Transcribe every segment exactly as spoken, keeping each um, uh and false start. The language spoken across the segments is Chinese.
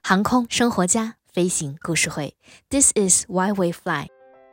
航空生活家飞行故事会 This is why we fly。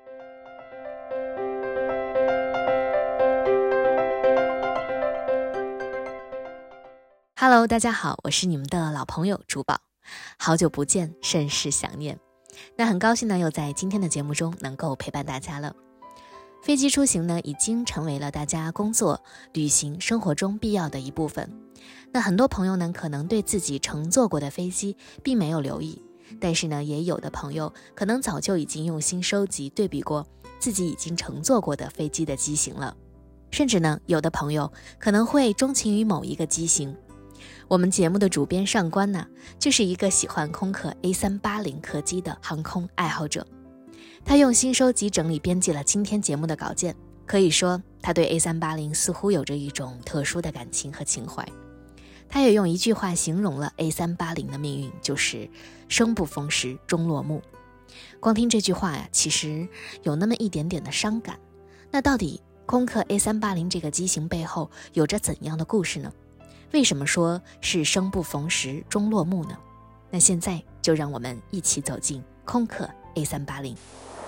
Hello， 大家好，我是你们的老朋友珠宝，好久不见，甚是想念。那很高兴呢，又在今天的节目中能够陪伴大家了。飞机出行呢，已经成为了大家工作、旅行、生活中必要的一部分。那很多朋友呢，可能对自己乘坐过的飞机并没有留意，但是呢，也有的朋友可能早就已经用心收集、对比过自己已经乘坐过的飞机的机型了。甚至呢，有的朋友可能会钟情于某一个机型。我们节目的主编上官呢，就是一个喜欢空客 A 三八零 客机的航空爱好者。他用心收集整理编辑了今天节目的稿件，可以说他对 A 三八零 似乎有着一种特殊的感情和情怀。他也用一句话形容了 A 三八零 的命运，就是生不逢时，终落幕。光听这句话呀，其实有那么一点点的伤感。那到底空客 A 三八零 这个机型背后有着怎样的故事呢？为什么说是生不逢时，终落幕呢？那现在就让我们一起走进空客 A 三八零。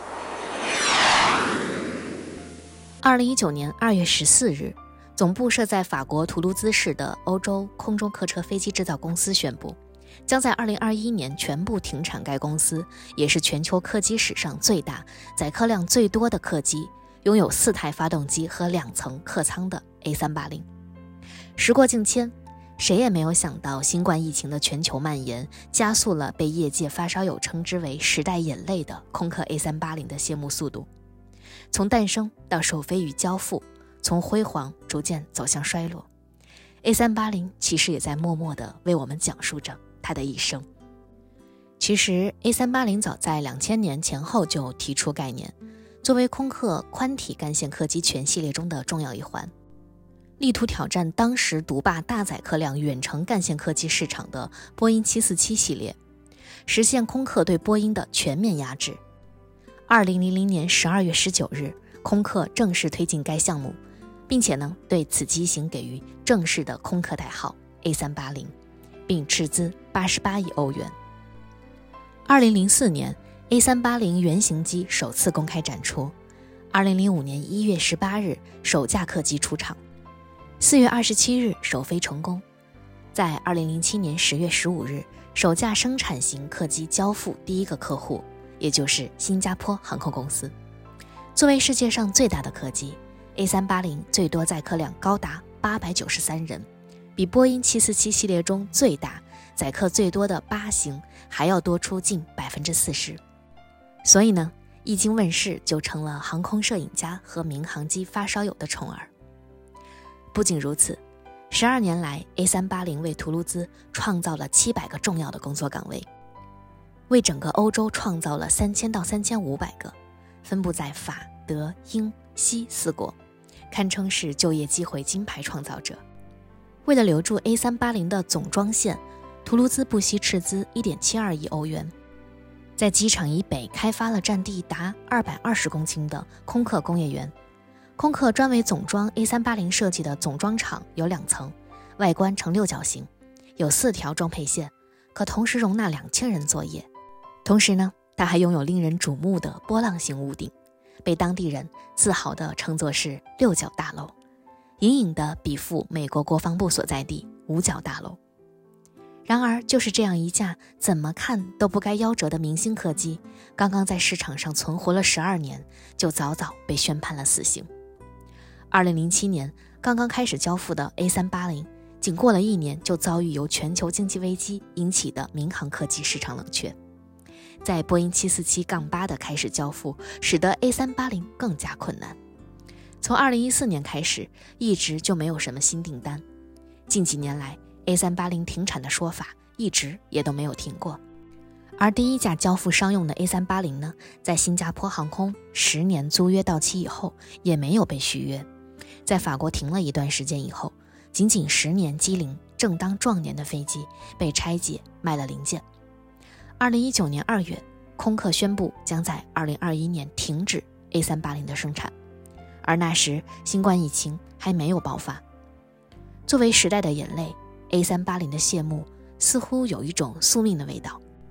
二零一九年二月十四日，总部设在法国图卢兹市的欧洲空中客车飞机制造公司宣布，将在二零二一年全部停产该公司也是全球客机史上最大、载客量最多的客机，拥有四台发动机和两层客舱的 A 三八零。时过境迁，谁也没有想到新冠疫情的全球蔓延，加速了被业界发烧友称之为时代眼泪的空客 A 三八零 的谢幕速度。从诞生到首飞与交付，从辉煌逐渐走向衰落， A 三八零 其实也在默默地为我们讲述着它的一生。其实 A 三八零 早在两千年前后就提出概念，作为空客宽体干线客机全系列中的重要一环，力图挑战当时独霸大载客量远程干线客机市场的波音七四七系列，实现空客对波音的全面压制。二零零零年十二月十九日，空客正式推进该项目，并且呢对此机型给予正式的空客代号 A 三八零， 并斥资八十八亿欧元。二零零四年 A 三八零 原型机首次公开展出，二零零五年一月十八日首架客机出厂，四月二十七日首飞成功，在二零零七年十月十五日首架生产型客机交付第一个客户，也就是新加坡航空公司。作为世界上最大的客机， A 三八零 最多载客量高达八百九十三人，比波音七四七系列中最大、载客最多的八型还要多出近 百分之四十。 所以呢，一经问世就成了航空摄影家和民航机发烧友的宠儿。不仅如此，十二年来 A 三八零 为图卢兹创造了七百个重要的工作岗位，为整个欧洲创造了三千到三千五百个，分布在法、德、英、西四国，堪称是就业机会金牌创造者。为了留住 A 三八零 的总装线，图卢兹不惜斥资 一点七二亿欧元，在机场以北开发了占地达二百二十公顷的空客工业园。空客专为总装 A 三八零 设计的总装厂有两层，外观呈六角形，有四条装配线，可同时容纳两千人作业。同时呢，它还拥有令人瞩目的波浪形屋顶，被当地人自豪地称作是六角大楼，隐隐地比附美国国防部所在地五角大楼。然而就是这样一架怎么看都不该夭折的明星客机，刚刚在市场上存活了十二年，就早早被宣判了死刑。二零零七年刚刚开始交付的 A 三八零， 仅过了一年就遭遇由全球经济危机引起的民航客机市场冷却。在波音七四七 八 的开始交付，使得 A 三八零 更加困难。从二零一四年开始，一直就没有什么新订单。近几年来 A 三八零 停产的说法一直也都没有停过。而第一架交付商用的 A 三八零 呢，在新加坡航空十年租约到期以后也没有被续约，在法国停了一段时间以后，仅仅十年机龄正当壮年的飞机被拆解卖了零件。二零一九年二月，空客宣布将在二零二一年停止 A 三八零 的生产，而那时新冠疫情还没有爆发。作为时代的眼泪， A 三八零 的谢幕似乎有一种宿命的味道，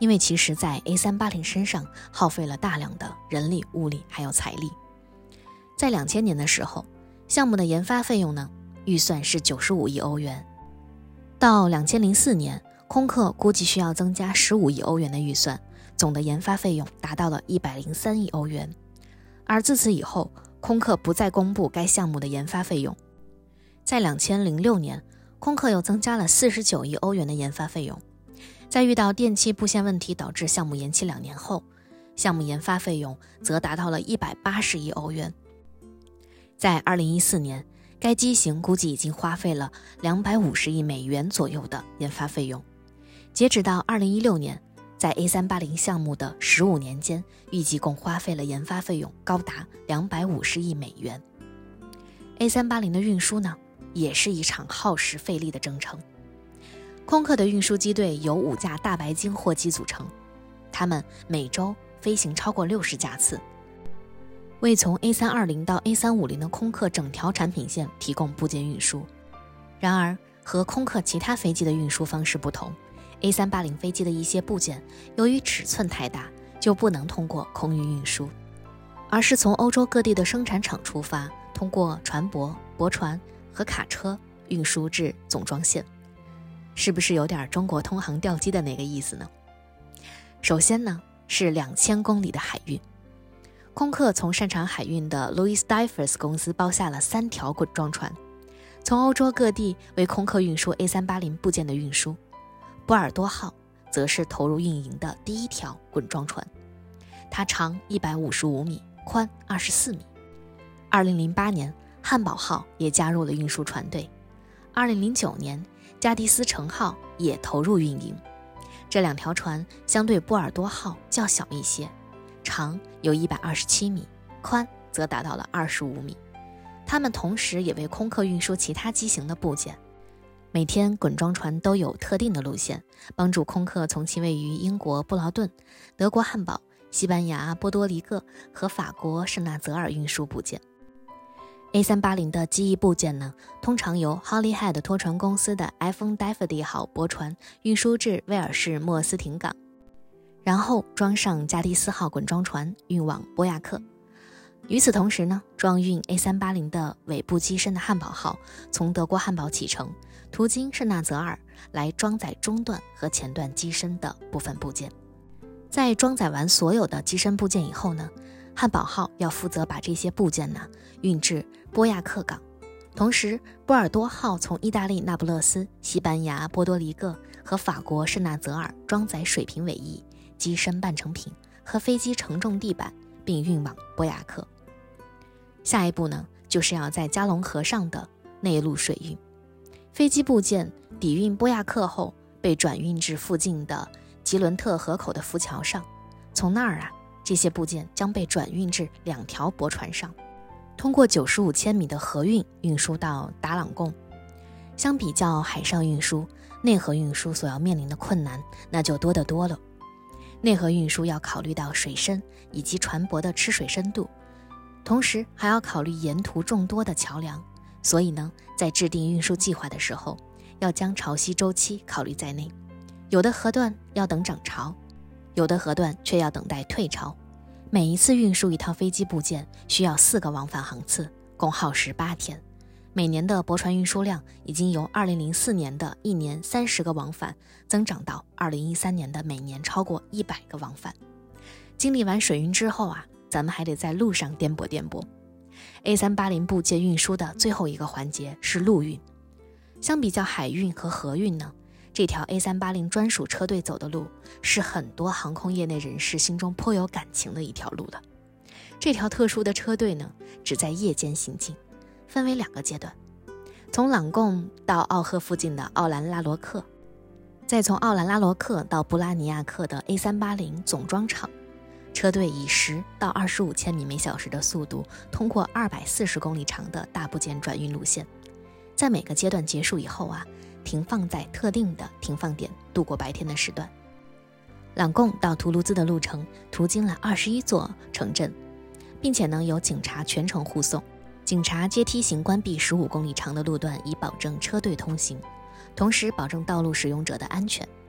因为其实在 A 三八零 身上耗费了大量的人力、物力还有财力。在两千年的时候，项目的研发费用呢，预算是九十五亿欧元。到两千零四年，空客估计需要增加十五亿欧元的预算，总的研发费用达到了一百零三亿欧元。而自此以后，空客不再公布该项目的研发费用。在两千零六年，空客又增加了四十九亿欧元的研发费用。在遇到电气布线问题导致项目延期两年后，项目研发费用则达到了一百八十亿欧元。在二零一四年，该机型估计已经花费了两百五十亿美元左右的研发费用。截止到二零一六年，在 A 三八零 项目的十五年间，预计共花费了研发费用高达两百五十亿美元。A 三八零 的运输呢，也是一场耗时费力的征程。空客的运输机队由五架大白鲸货机组成，他们每周飞行超过六十架次，为从 A 三二零 到 A 三五零 的空客整条产品线提供部件运输。然而，和空客其他飞机的运输方式不同， A 三八零 飞机的一些部件由于尺寸太大，就不能通过空运运输，而是从欧洲各地的生产厂出发，通过船舶、驳船和卡车运输至总装线。是不是有点中国通航吊机的那个意思呢？首先呢，是两千公里的海运。空客从擅长海运的 Louis Dreyfus 公司包下了三条滚装船，从欧洲各地为空客运输 A 三八零 部件的运输。波尔多号则是投入运营的第一条滚装船，它长一百五十五米，宽二十四米。二零零八年，汉堡号也加入了运输船队。二零零九年，加的斯城号也投入运营。这两条船相对波尔多号较小一些，长有一百二十七米，宽则达到了二十五米。它们同时也为空客运输其他机型的部件。每天滚装船都有特定的路线，帮助空客从其位于英国布劳顿、德国汉堡、西班牙波多黎各和法国圣纳泽尔运输部件。A 三八零 的机翼部件呢，通常由 Holyhead 拖船公司的 iPhone Daffodil 号驳船运输至威尔士莫斯廷港，然后装上加的斯号滚装船运往波亚克。与此同时呢，装运 A 三八零 的尾部机身的汉堡号从德国汉堡启程，途经圣纳泽尔来装载中段和前段机身的部分部件。在装载完所有的机身部件以后呢，汉堡号要负责把这些部件呢运至波亚克港，同时波尔多号从意大利那不勒斯、西班牙波多黎各和法国圣纳泽尔装载水平尾翼、机身半成品和飞机承重地板，并运往波亚克。下一步呢，就是要在加龙河上的内陆水运。飞机部件抵运波亚克后，被转运至附近的吉伦特河口的浮桥上，从那儿啊，这些部件将被转运至两条驳船上，通过九十五千米的河运运输到达朗贡。相比较海上运输，内河运输所要面临的困难那就多得多了。内河运输要考虑到水深以及船舶的吃水深度，同时还要考虑沿途众多的桥梁，所以呢，在制定运输计划的时候，要将潮汐周期考虑在内。有的河段要等涨潮，有的河段却要等待退潮。每一次运输一套飞机部件需要四个往返航次，共耗时八天。每年的驳船运输量已经由二零零四年的一年三十个往返增长到二零一三年的每年超过一百个往返。经历完水运之后啊，咱们还得在路上颠簸颠簸。A 三八零 部件运输的最后一个环节是陆运。相比较海运和河运呢，这条 A 三八零 专属车队走的路是很多航空业内人士心中颇有感情的一条路了。这条特殊的车队呢，只在夜间行进，分为两个阶段，从朗贡到奥赫附近的奥兰拉罗克，再从奥兰拉罗克到布拉尼亚克的 A 三八零 总装场。车队以十到二十五千米每小时的速度通过二百四十公里长的大部件转运路线，在每个阶段结束以后啊，停放在特定的停放点度过白天的时段。朗贡到图卢兹的路程途经了二十一座城镇，并且呢有警察全程护送，警察阶梯型关闭十五公里长的路段，以保证车队通行，同时保证道路使用者的安全。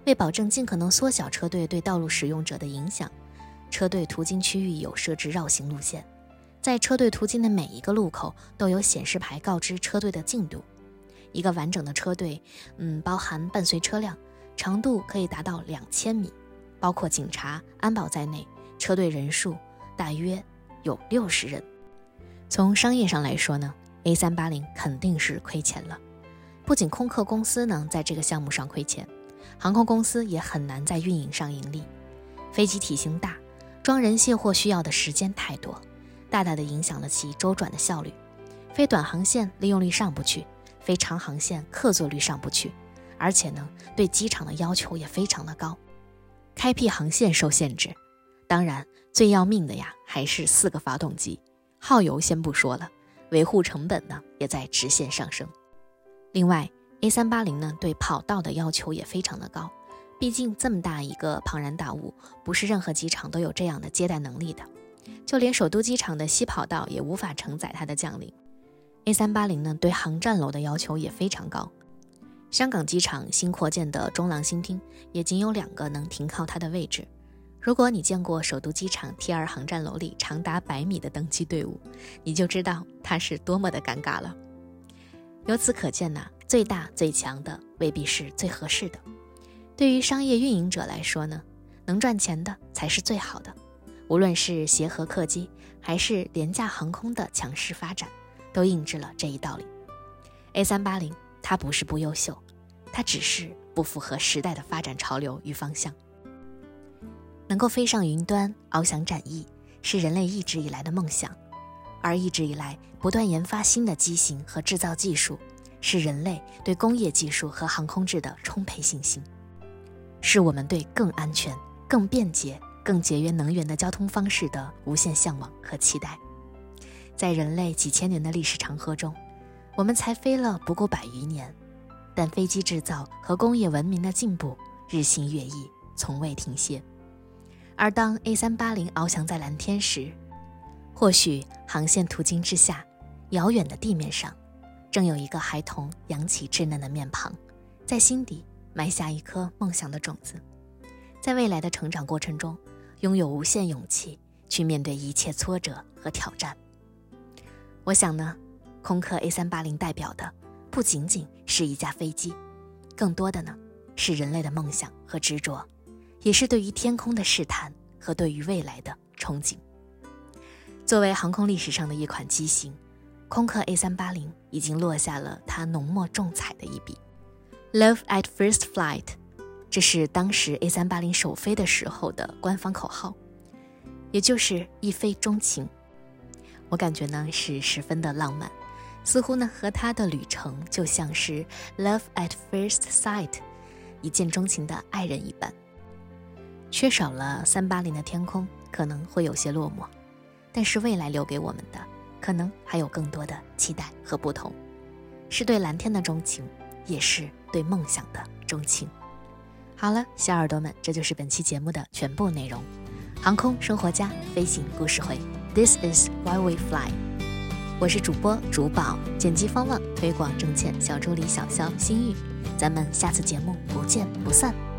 为保证尽可能缩小车队对道路使用者的影响，车队途经区域有设置绕行路线，在车队途经的每一个路口都有显示牌告知车队的进度。一个完整的车队，嗯，包含伴随车辆，长度可以达到两千米，包括警察、安保在内，车队人数大约有六十人。从商业上来说呢 ，A 三八零 肯定是亏钱了。不仅空客公司呢在这个项目上亏钱，航空公司也很难在运营上盈利。飞机体型大，装人卸货需要的时间太多，大大的影响了其周转的效率。飞短航线利用率上不去，飞长航线客座率上不去，而且呢，对机场的要求也非常的高，开辟航线受限制。当然，最要命的呀，还是四个发动机，耗油先不说了，维护成本呢也在直线上升。另外 A 三八零 呢对跑道的要求也非常的高，毕竟这么大一个庞然大物，不是任何机场都有这样的接待能力的，就连首都机场的西跑道也无法承载它的降临。A 三八零 呢对航站楼的要求也非常高，香港机场新扩建的中廊新厅也仅有两个能停靠它的位置。如果你见过首都机场 T 二 航站楼里长达百米的登机队伍，你就知道它是多么的尴尬了。由此可见呢，最大最强的未必是最合适的。对于商业运营者来说呢，能赚钱的才是最好的。无论是协和客机还是廉价航空的强势发展，都印证了这一道理。 A 三八零 它不是不优秀，它只是不符合时代的发展潮流与方向。能够飞上云端，翱翔展翼，是人类一直以来的梦想，而一直以来不断研发新的机型和制造技术，是人类对工业技术和航空制的充沛信心，是我们对更安全、更便捷、更节约能源的交通方式的无限向往和期待。在人类几千年的历史长河中，我们才飞了不过百余年，但飞机制造和工业文明的进步日新月异，从未停歇。而当 A 三八零 翱翔在蓝天时，或许航线途经之下，遥远的地面上，正有一个孩童扬起稚嫩的面庞，在心底埋下一颗梦想的种子，在未来的成长过程中，拥有无限勇气去面对一切挫折和挑战。我想呢，空客 A 三八零 代表的不仅仅是一架飞机，更多的呢是人类的梦想和执着，也是对于天空的试探和对于未来的憧憬。作为航空历史上的一款机型，空客 A 三八零 已经落下了它浓墨重彩的一笔。 Love at first flight， 这是当时 A 三八零 首飞的时候的官方口号，也就是一飞钟情。我感觉呢是十分的浪漫，似乎呢和他的旅程就像是 Love at first sight， 一见钟情的爱人一般。缺少了三八零的天空可能会有些落寞，但是未来留给我们的可能还有更多的期待和不同，是对蓝天的钟情，也是对梦想的钟情。好了，小耳朵们，这就是本期节目的全部内容。航空生活家飞行故事会， This is why we fly。 我是主播主宝，剪辑方望，推广郑倩，小助理小肖心玉。咱们下次节目不见不散。